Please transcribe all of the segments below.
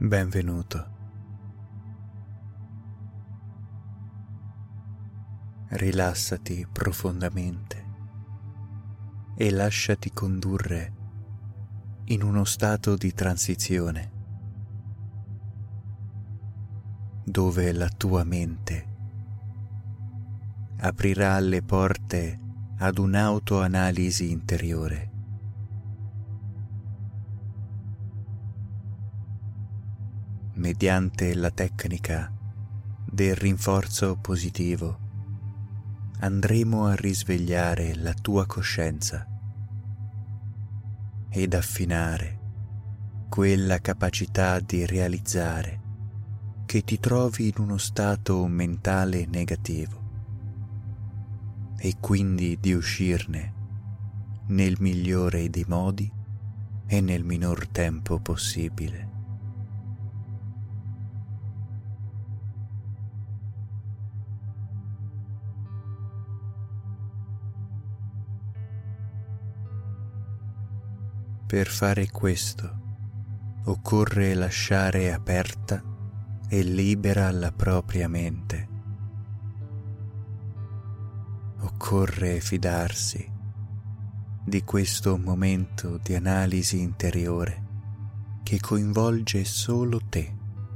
Benvenuto. Rilassati profondamente e lasciati condurre in uno stato di transizione dove la tua mente aprirà le porte ad un'autoanalisi interiore. Mediante la tecnica del rinforzo positivo andremo a risvegliare la tua coscienza ed affinare quella capacità di realizzare che ti trovi in uno stato mentale negativo e quindi di uscirne nel migliore dei modi e nel minor tempo possibile. Per fare questo occorre lasciare aperta e libera la propria mente. Occorre fidarsi di questo momento di analisi interiore che coinvolge solo te.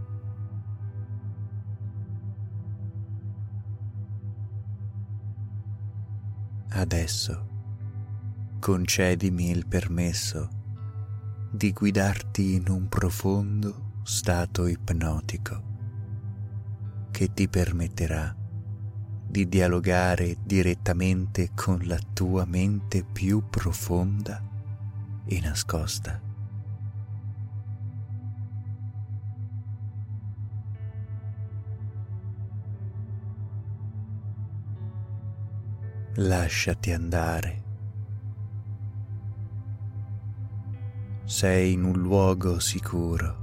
Adesso concedimi il permesso di guidarti in un profondo stato ipnotico che ti permetterà di dialogare direttamente con la tua mente più profonda e nascosta. Lasciati andare. Sei in un luogo sicuro,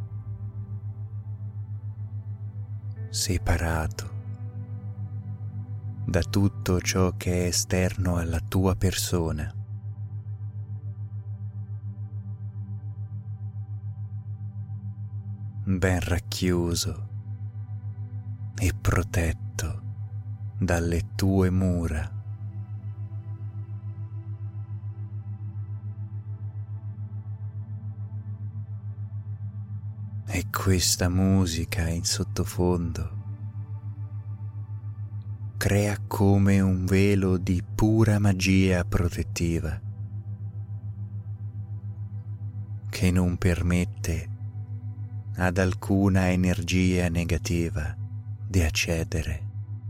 separato da tutto ciò che è esterno alla tua persona. Ben racchiuso e protetto dalle tue mura. E questa musica in sottofondo crea come un velo di pura magia protettiva che non permette ad alcuna energia negativa di accedere.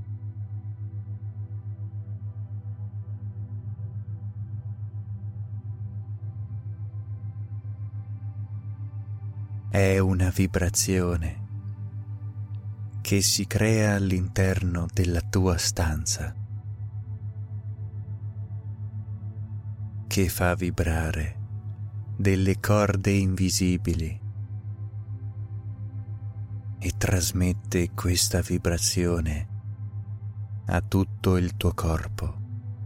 È una vibrazione che si crea all'interno della tua stanza, che fa vibrare delle corde invisibili e trasmette questa vibrazione a tutto il tuo corpo.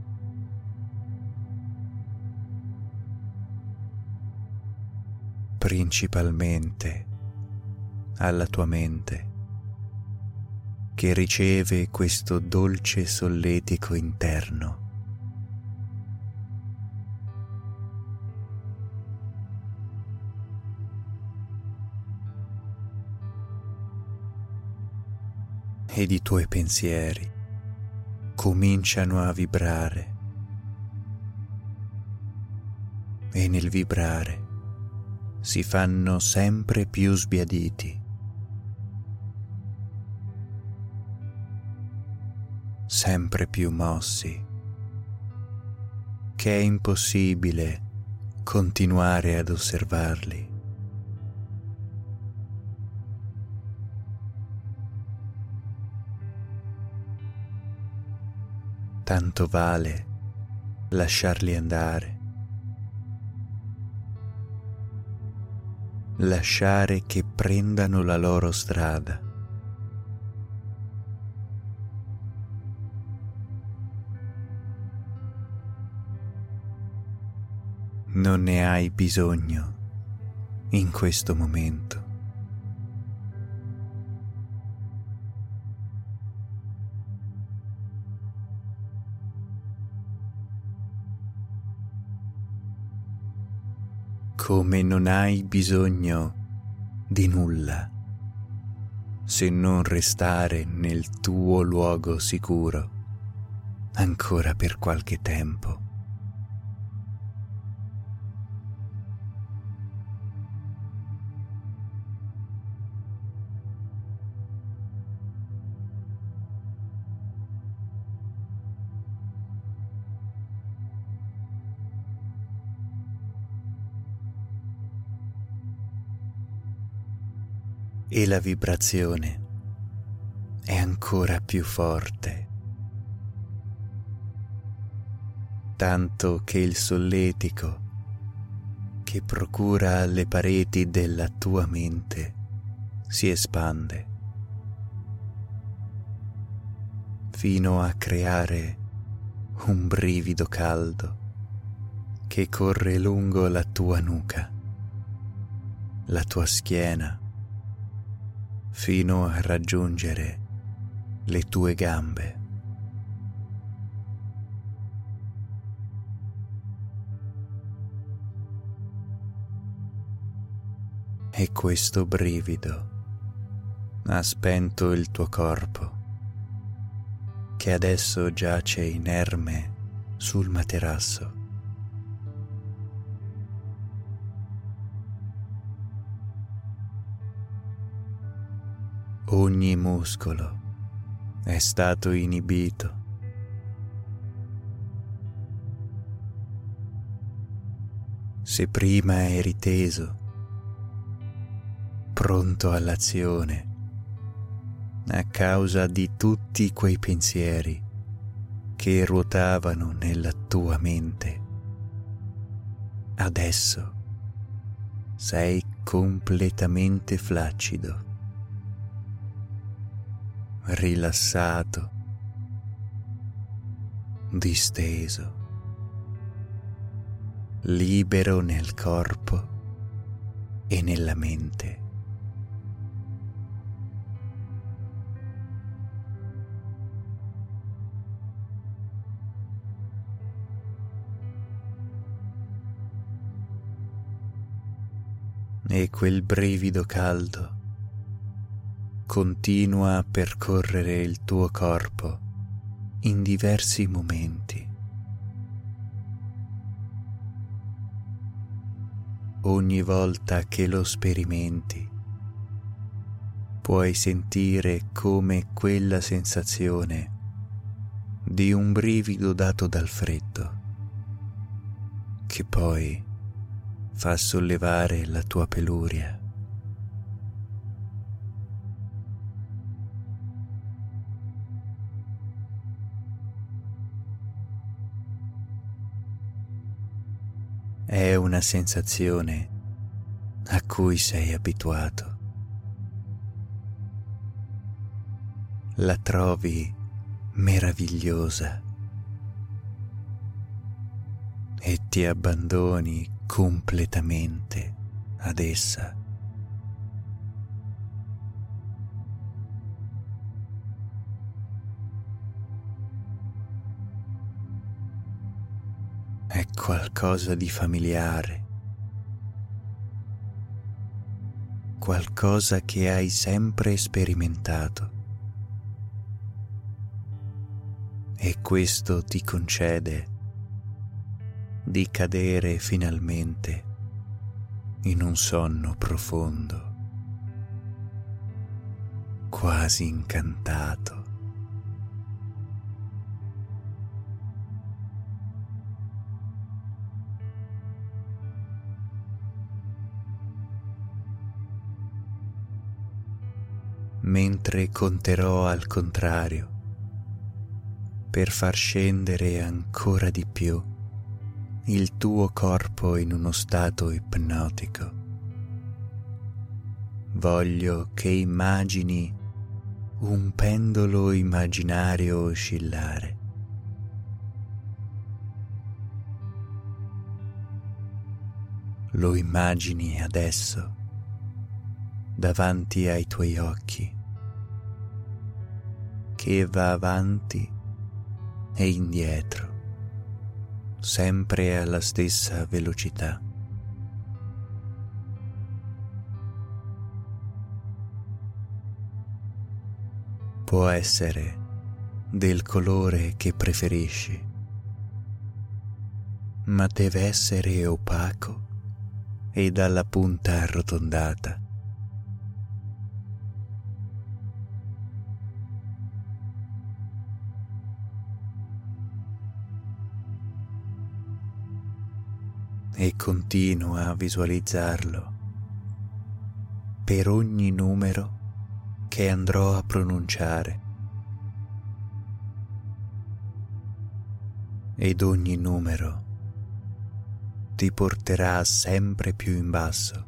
Principalmente alla tua mente, che riceve questo dolce solletico interno. Ed i tuoi pensieri cominciano a vibrare e nel vibrare si fanno sempre più sbiaditi, sempre più mossi, che è impossibile continuare ad osservarli. Tanto vale lasciarli andare, lasciare che prendano la loro strada. Non ne hai bisogno in questo momento. come non hai bisogno di nulla se non restare nel tuo luogo sicuro ancora per qualche tempo. E la vibrazione è ancora più forte, tanto che il solletico che procura alle pareti della tua mente si espande fino a creare un brivido caldo che corre lungo la tua nuca, la tua schiena, fino a raggiungere le tue gambe. E questo brivido ha spento il tuo corpo, che adesso giace inerme sul materasso. Ogni muscolo è stato inibito. Se prima eri teso, pronto all'azione, a causa di tutti quei pensieri che ruotavano nella tua mente, adesso sei completamente flaccido, rilassato, disteso, libero nel corpo e nella mente. E quel brivido caldo continua a percorrere il tuo corpo in diversi momenti. Ogni volta che lo sperimenti, puoi sentire come quella sensazione di un brivido dato dal freddo, che poi fa sollevare la tua peluria. È una sensazione a cui sei abituato. La trovi meravigliosa e ti abbandoni completamente ad essa. È qualcosa di familiare, qualcosa che hai sempre sperimentato, e questo ti concede di cadere finalmente in un sonno profondo, quasi incantato. Mentre conterò al contrario, per far scendere ancora di più il tuo corpo in uno stato ipnotico. Voglio che immagini un pendolo immaginario oscillare. Lo immagini adesso davanti ai tuoi occhi, che va avanti e indietro, sempre alla stessa velocità. Può essere del colore che preferisci, ma deve essere opaco e dalla punta arrotondata. E continua a visualizzarlo per ogni numero che andrò a pronunciare. Ed ogni numero ti porterà sempre più in basso,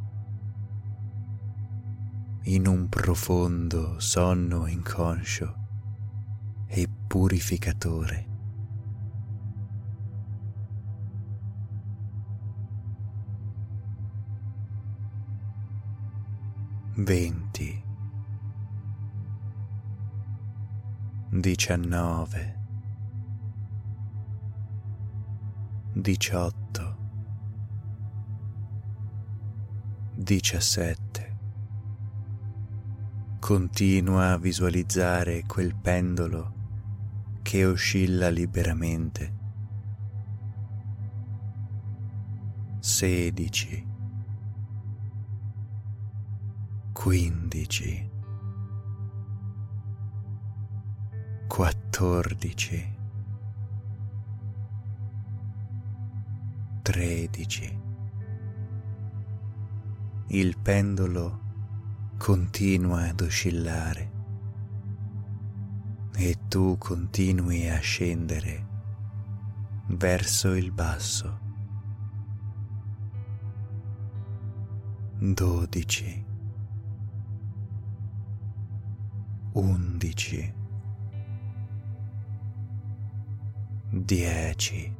in un profondo sonno inconscio e purificatore. 20, 19, 18, 17. Continua a visualizzare quel pendolo che oscilla liberamente. 16, 15, 14, 13. Il pendolo continua ad oscillare e tu continui a scendere verso il basso. 12, 11, 10,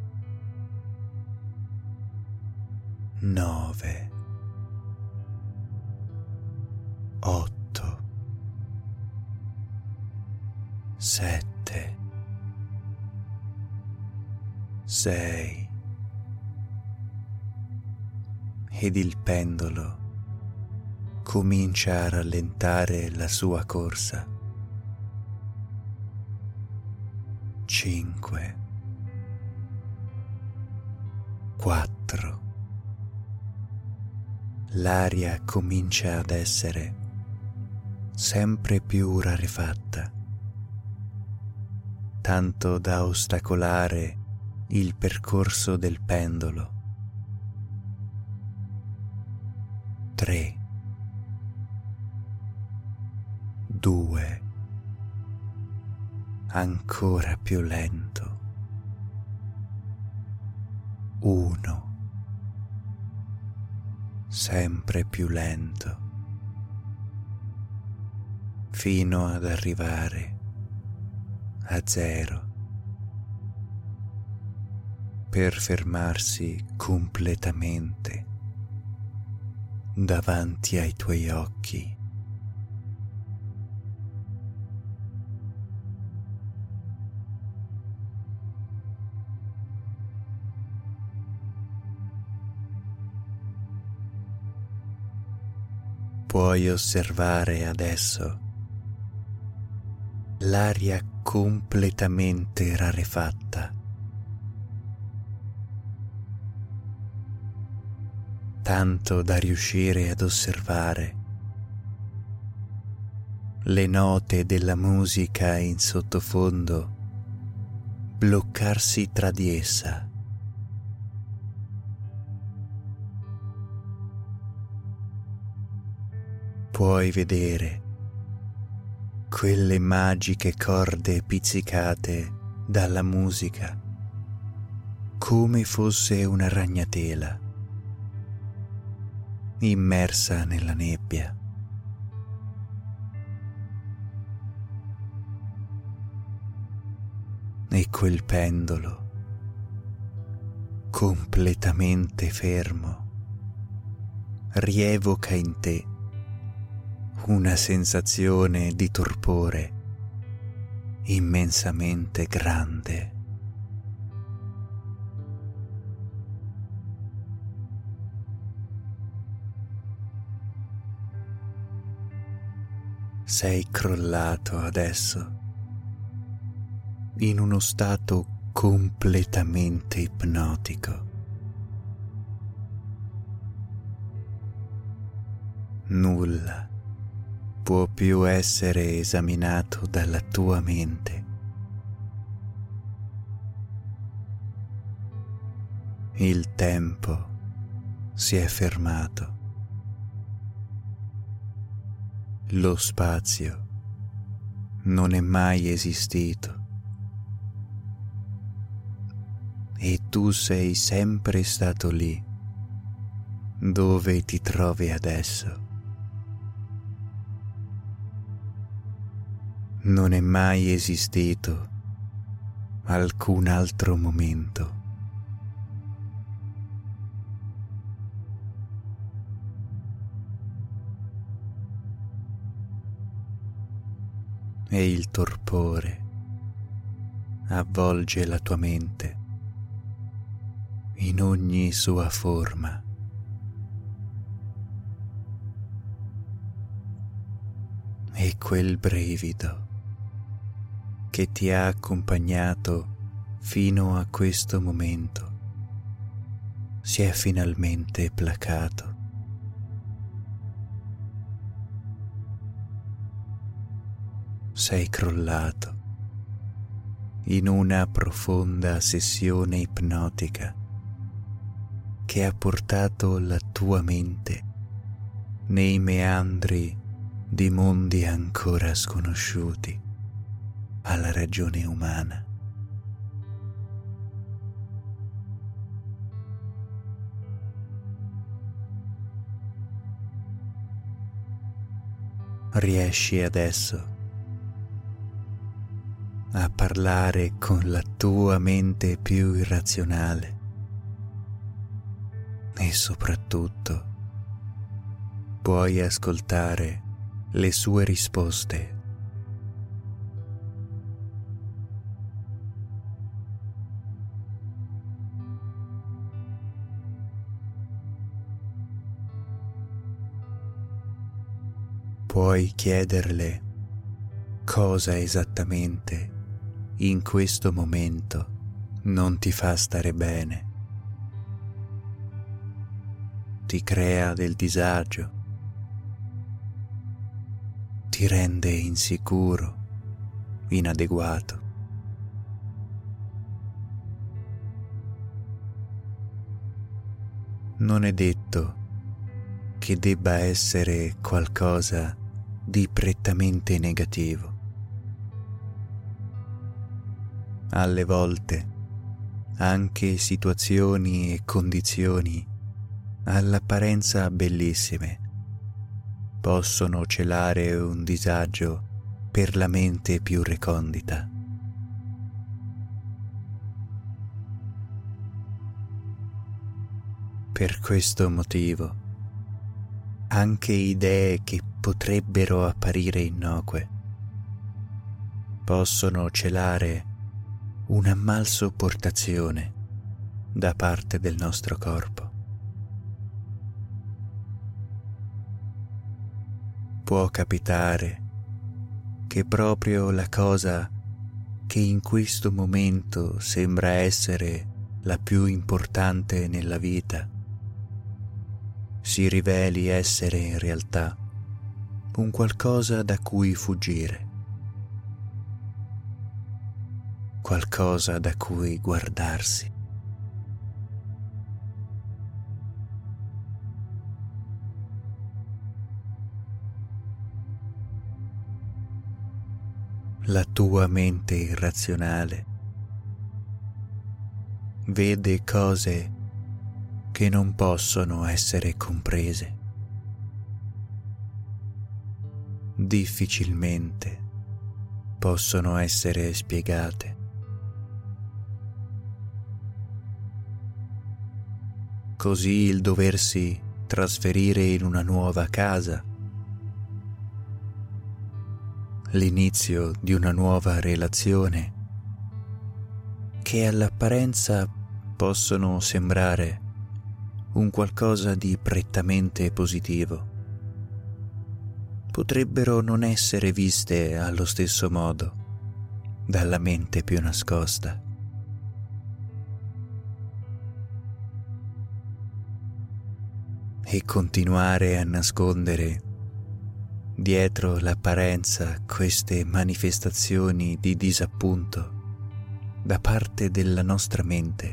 9, 8, 7, 6 ed il pendolo comincia a rallentare la sua corsa. 5, 4. L'aria comincia ad essere sempre più rarefatta, tanto da ostacolare il percorso del pendolo. 3, 2, ancora più lento. 1, sempre più lento, fino ad arrivare a 0, per fermarsi completamente davanti ai tuoi occhi. Puoi osservare adesso l'aria completamente rarefatta, tanto da riuscire ad osservare le note della musica in sottofondo bloccarsi tra di essa. Puoi vedere quelle magiche corde pizzicate dalla musica come fosse una ragnatela immersa nella nebbia. E quel pendolo completamente fermo rievoca in te una sensazione di torpore immensamente grande. sei crollato adesso in uno stato completamente ipnotico. Nulla può più essere esaminato dalla tua mente. Il tempo si è fermato. Lo spazio non è mai esistito e tu sei sempre stato lì, dove ti trovi adesso. Non è mai esistito alcun altro momento. E il torpore avvolge la tua mente in ogni sua forma. E quel brivido che ti ha accompagnato fino a questo momento si è finalmente placato. Sei crollato in una profonda sessione ipnotica che ha portato la tua mente nei meandri di mondi ancora sconosciuti alla ragione umana. Riesci adesso a parlare con la tua mente più irrazionale e soprattutto puoi ascoltare le sue risposte. Puoi chiederle cosa esattamente in questo momento non ti fa stare bene, ti crea del disagio, ti rende insicuro, inadeguato. Non è detto che debba essere qualcosa di prettamente negativo. Alle volte anche situazioni e condizioni all'apparenza bellissime possono celare un disagio per la mente più recondita. Per questo motivo, anche idee che potrebbero apparire innocue possono celare una malsopportazione da parte del nostro corpo. Può capitare che proprio la cosa che in questo momento sembra essere la più importante nella vita si riveli essere in realtà un qualcosa da cui fuggire, qualcosa da cui guardarsi. La tua mente irrazionale vede cose che non possono essere comprese. Difficilmente possono essere spiegate. Così il doversi trasferire in una nuova casa, l'inizio di una nuova relazione, che all'apparenza possono sembrare un qualcosa di prettamente positivo, potrebbero non essere viste allo stesso modo dalla mente più nascosta. E continuare a nascondere dietro l'apparenza queste manifestazioni di disappunto da parte della nostra mente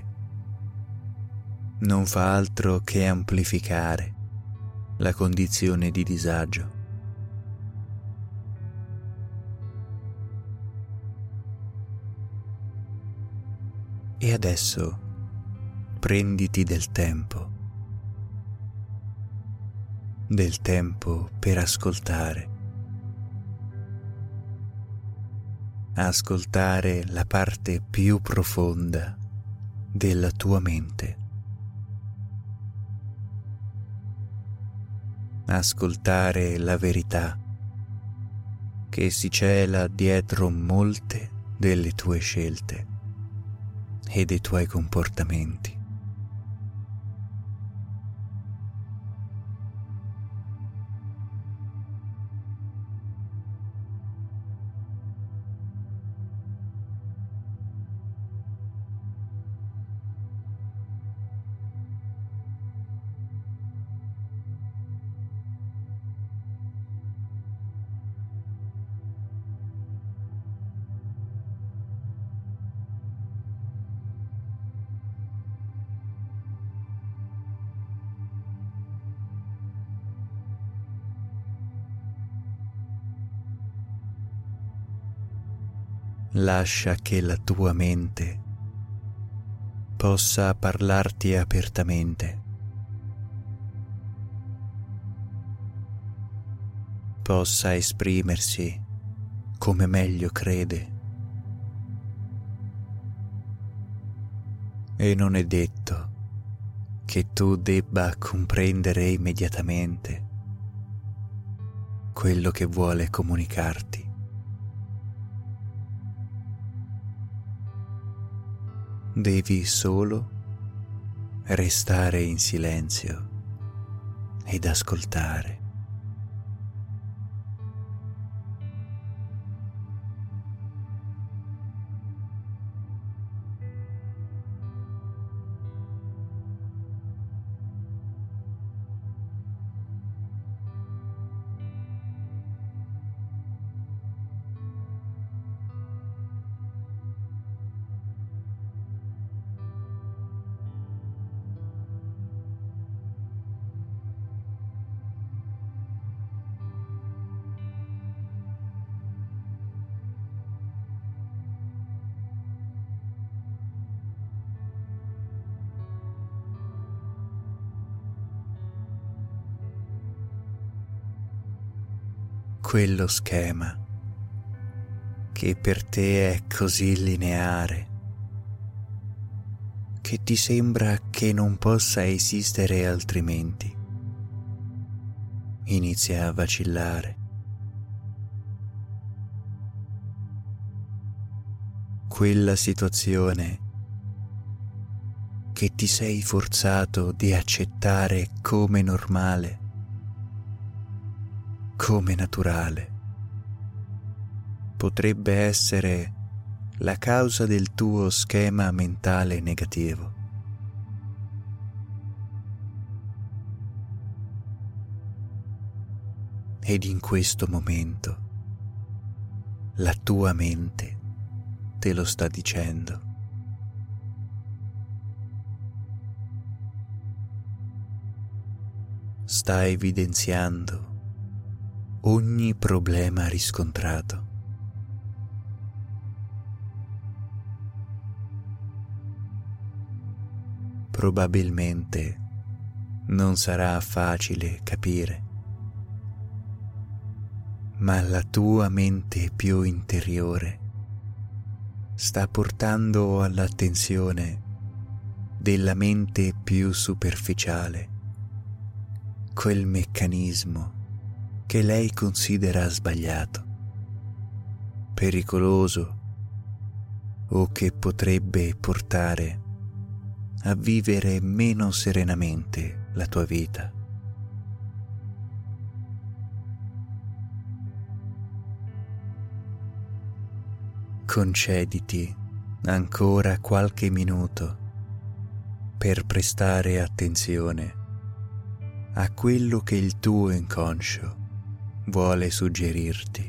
non fa altro che amplificare la condizione di disagio. E adesso prenditi del tempo per ascoltare la parte più profonda della tua mente, ascoltare la verità che si cela dietro molte delle tue scelte e dei tuoi comportamenti. Lascia che la tua mente possa parlarti apertamente, possa esprimersi come meglio crede. E non è detto che tu debba comprendere immediatamente quello che vuole comunicarti. Devi solo restare in silenzio ed ascoltare. Quello schema che per te è così lineare, che ti sembra che non possa esistere altrimenti, inizia a vacillare. Quella situazione che ti sei forzato di accettare come normale, come naturale, potrebbe essere la causa del tuo schema mentale negativo. Ed in questo momento la tua mente te lo sta dicendo. Sta evidenziando ogni problema riscontrato. Probabilmente non sarà facile capire, ma la tua mente più interiore sta portando all'attenzione della mente più superficiale quel meccanismo che lei considera sbagliato, pericoloso o che potrebbe portare a vivere meno serenamente la tua vita. concediti ancora qualche minuto per prestare attenzione a quello che il tuo inconscio vuole suggerirti.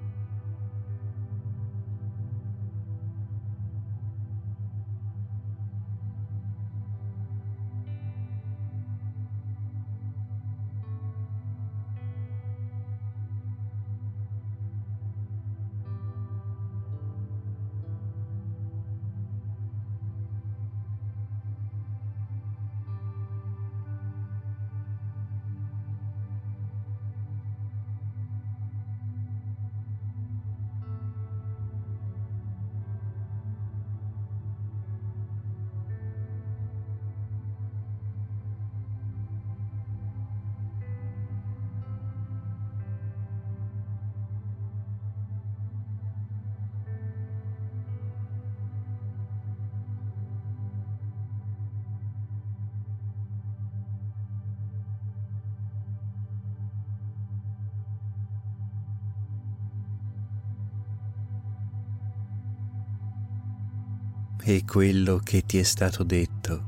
E quello che ti è stato detto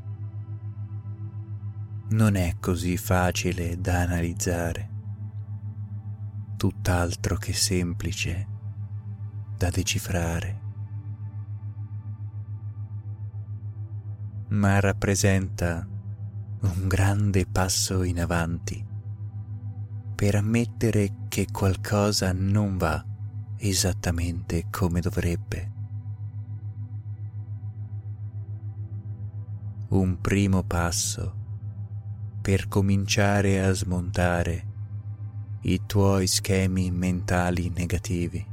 non è così facile da analizzare, tutt'altro che semplice da decifrare, ma rappresenta un grande passo in avanti per ammettere che qualcosa non va esattamente come dovrebbe. Un primo passo per cominciare a smontare i tuoi schemi mentali negativi.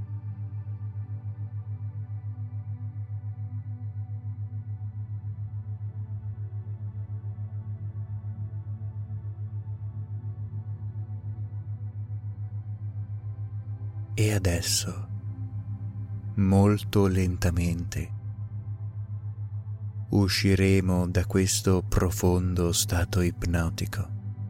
E adesso, molto lentamente, usciremo da questo profondo stato ipnotico.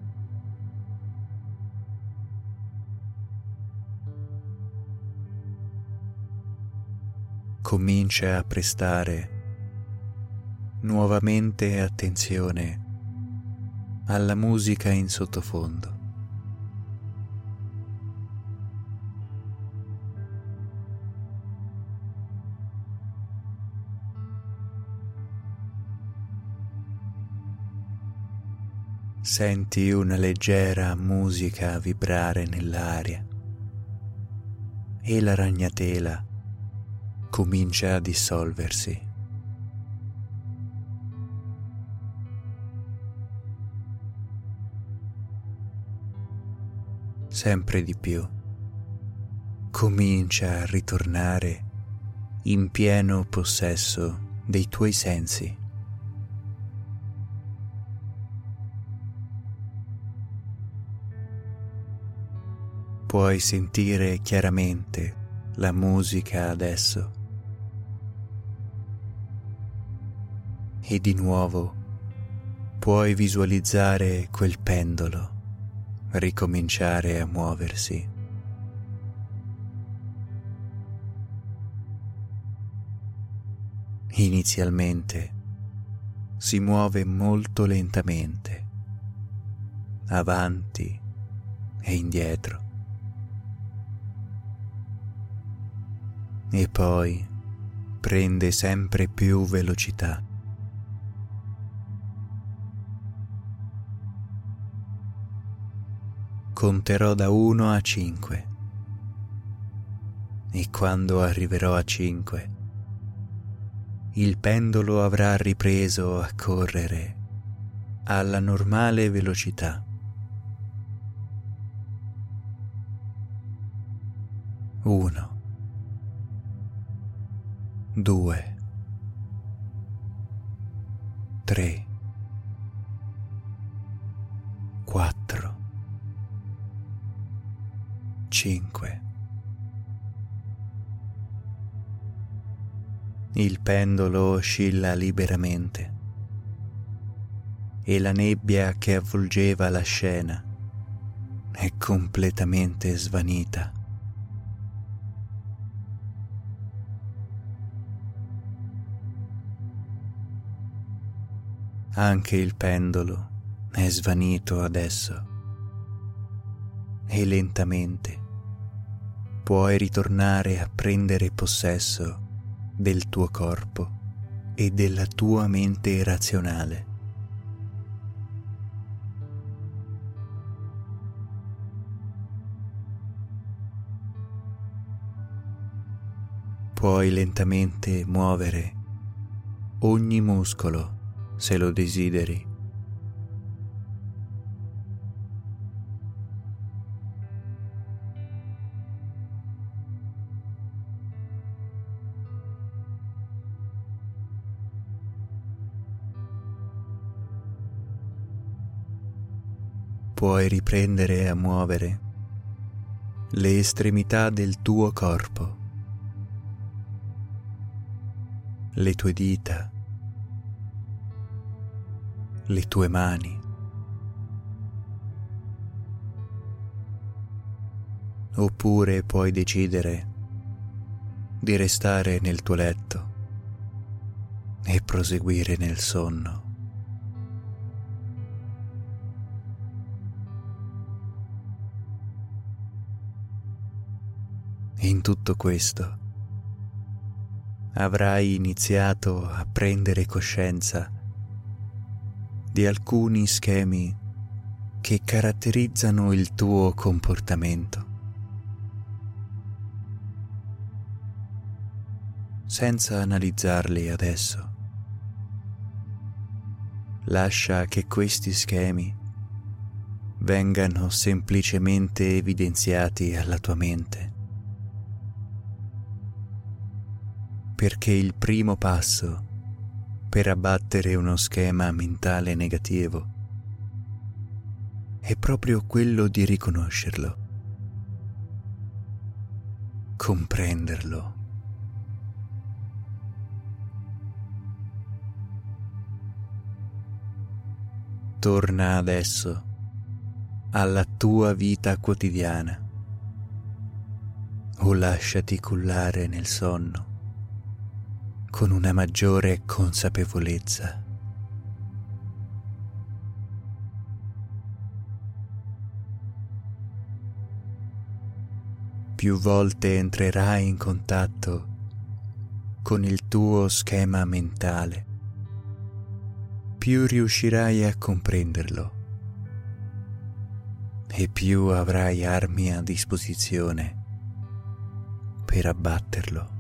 Comincia a prestare nuovamente attenzione alla musica in sottofondo. Senti una leggera musica vibrare nell'aria e la ragnatela comincia a dissolversi. Sempre di più comincia a ritornare in pieno possesso dei tuoi sensi. Puoi sentire chiaramente la musica adesso e di nuovo puoi visualizzare quel pendolo ricominciare a muoversi. Inizialmente si muove molto lentamente, avanti e indietro. E poi prende sempre più velocità. Conterò da 1 a 5 e quando arriverò a 5 il pendolo avrà ripreso a correre alla normale velocità. 1, 2, 3, 4, 5. Il pendolo oscilla liberamente e la nebbia che avvolgeva la scena è completamente svanita. Anche il pendolo è svanito adesso e lentamente puoi ritornare a prendere possesso del tuo corpo e della tua mente razionale. Puoi lentamente muovere ogni muscolo se lo desideri. Puoi riprendere a muovere le estremità del tuo corpo, le tue dita, le tue mani, oppure puoi decidere di restare nel tuo letto e proseguire nel sonno. In tutto questo avrai iniziato a prendere coscienza di alcuni schemi che caratterizzano il tuo comportamento, senza analizzarli adesso. Lascia che questi schemi vengano semplicemente evidenziati alla tua mente, perché il primo passo per abbattere uno schema mentale negativo è proprio quello di riconoscerlo, comprenderlo. Torna adesso alla tua vita quotidiana o lasciati cullare nel sonno con una maggiore consapevolezza. Più volte entrerai in contatto con il tuo schema mentale, più riuscirai a comprenderlo e più avrai armi a disposizione per abbatterlo.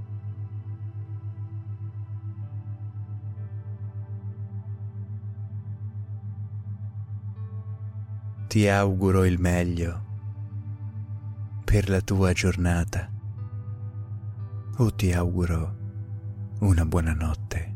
Ti auguro il meglio per la tua giornata o ti auguro una buona notte.